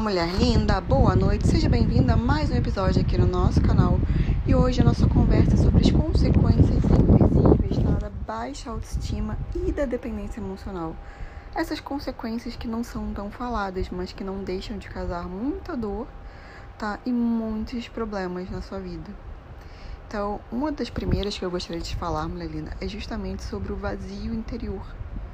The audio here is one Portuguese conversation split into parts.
mulher linda, boa noite, seja bem-vinda a mais um episódio aqui no nosso canal. E hoje a nossa conversa é sobre as consequências invisíveis da baixa autoestima e da dependência emocional. Essas consequências que não são tão faladas, mas que não deixam de causar muita dor, tá? E muitos problemas na sua vida. Então, uma das primeiras que eu gostaria de falar, mulher linda, é justamente sobre o vazio interior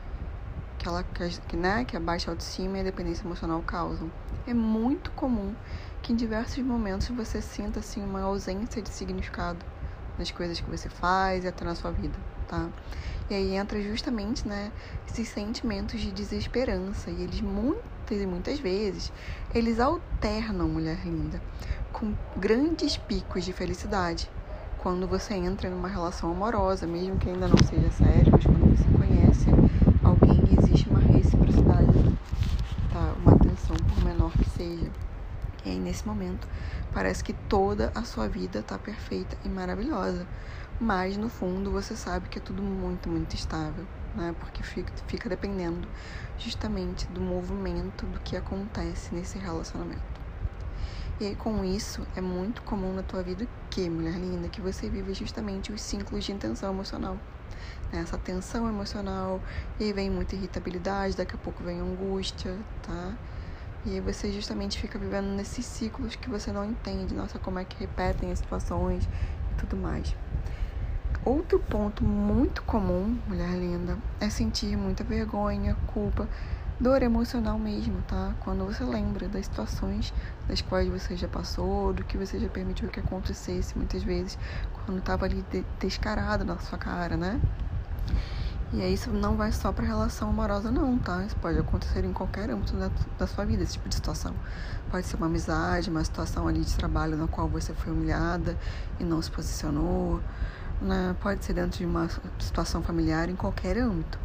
que a baixa autoestima e a dependência emocional causam. É muito comum que em diversos momentos você sinta assim, uma ausência de significado nas coisas que você faz e até na sua vida, tá? E aí entra justamente, esses sentimentos de desesperança, e eles muitas vezes, eles alternam, mulher linda, com grandes picos de felicidade. Quando você entra numa relação amorosa, mesmo que ainda não seja sério, mas quando você conhece alguém, existe uma reciprocidade, tá? Uma atenção, por menor que seja. E aí, nesse momento, parece que toda a sua vida tá perfeita e maravilhosa. Mas, no fundo, você sabe que é tudo muito, muito estável, né? Porque fica dependendo justamente do movimento do que acontece nesse relacionamento. E aí, com isso, é muito comum na tua vida mulher linda, que você vive justamente os ciclos de tensão emocional. Essa tensão emocional, e aí vem muita irritabilidade, daqui a pouco vem angústia, tá? E aí você justamente fica vivendo nesses ciclos que você não entende, como é que repetem as situações e tudo mais. Outro ponto muito comum, mulher linda, é sentir muita vergonha, culpa, dor emocional mesmo, tá? Quando você lembra das situações das quais você já passou, do que você já permitiu que acontecesse muitas vezes, quando estava ali descarado na sua cara, né? E aí isso não vai só para relação amorosa não, tá? Isso pode acontecer em qualquer âmbito da sua vida, esse tipo de situação. Pode ser uma amizade, uma situação ali de trabalho na qual você foi humilhada e não se posicionou, né? Pode ser dentro de uma situação familiar, em qualquer âmbito.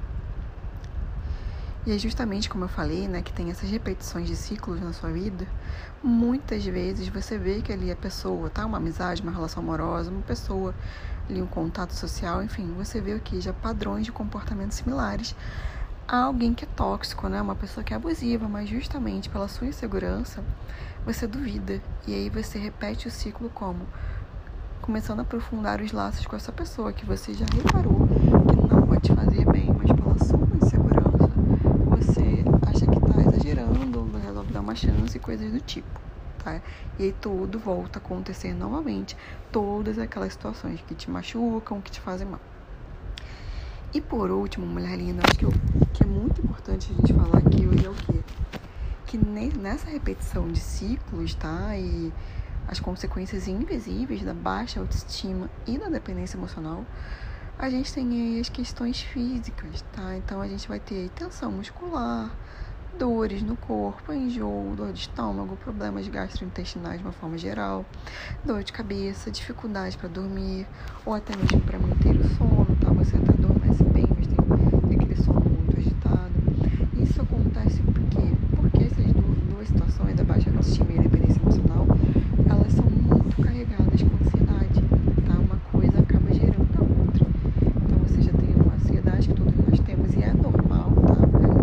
E é justamente como eu falei, que tem essas repetições de ciclos na sua vida, muitas vezes você vê que ali a pessoa, tá? Uma amizade, uma relação amorosa, uma pessoa, ali um contato social, enfim, você vê aqui já padrões de comportamentos similares a alguém que é tóxico, uma pessoa que é abusiva, mas justamente pela sua insegurança, você duvida. E aí você repete o ciclo como? Começando a aprofundar os laços com essa pessoa que você já reparou que não vai te fazer bem, mas pela sua insegurança, você acha que tá exagerando, resolve dar uma chance e coisas do tipo, tá? E aí tudo volta a acontecer novamente, todas aquelas situações que te machucam, que te fazem mal. E por último, mulher linda, acho que é muito importante a gente falar aqui hoje é o quê? Que nessa repetição de ciclos, tá? E as consequências invisíveis da baixa autoestima e da dependência emocional, a gente tem aí as questões físicas, tá? Então a gente vai ter tensão muscular, dores no corpo, enjoo, dor de estômago, problemas gastrointestinais de uma forma geral, dor de cabeça, dificuldade para dormir ou até mesmo para manter o sono, tá? Você até adormece bem, mas tem aquele sono muito agitado. Isso acontece por quê? Porque essas duas situações da baixa autoestima e a dependência emocional, elas são muito carregadas com ansiedade, tá? Uma coisa acaba gerando a outra. Então você já tem uma ansiedade que todos nós temos e é normal, tá?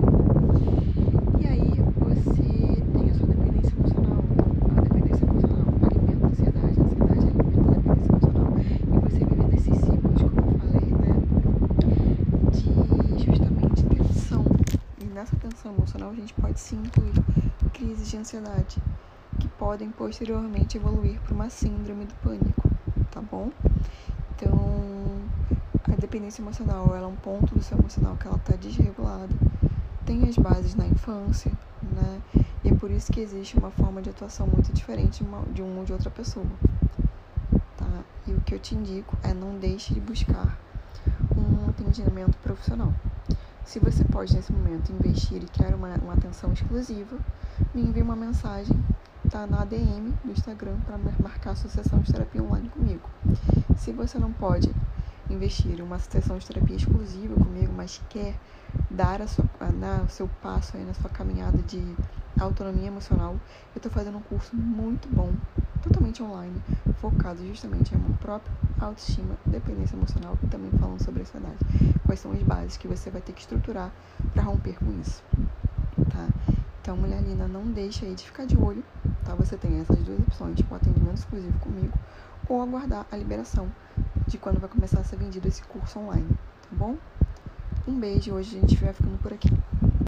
E aí você tem a sua dependência emocional. A dependência emocional alimenta a ansiedade alimenta a dependência emocional. E você vive nesses ciclos, como eu falei, de justamente tensão. E nessa tensão emocional a gente pode sim incluir crises de ansiedade, que podem posteriormente evoluir para uma síndrome do pânico, tá bom? Então, a dependência emocional, ela é um ponto do seu emocional que ela está desregulada, tem as bases na infância, e é por isso que existe uma forma de atuação muito diferente de uma ou de outra pessoa, tá? E o que eu te indico é não deixe de buscar um atendimento profissional. Se você pode, nesse momento, investir e quer uma atenção exclusiva, me envie uma mensagem, tá, na ADM do Instagram para marcar a sua sessão de terapia online comigo. Se você não pode investir em uma sessão de terapia exclusiva comigo, mas quer dar o seu passo aí na sua caminhada de autonomia emocional, eu estou fazendo um curso muito bom, totalmente online, focado justamente em amor próprio, autoestima, dependência emocional e também falando sobre ansiedade. Quais são as bases que você vai ter que estruturar para romper com isso, tá? Então, mulher linda, não deixa aí de ficar de olho, tá? Você tem essas duas opções, o atendimento exclusivo comigo ou aguardar a liberação de quando vai começar a ser vendido esse curso online, tá bom? Um beijo, hoje a gente vai ficando por aqui.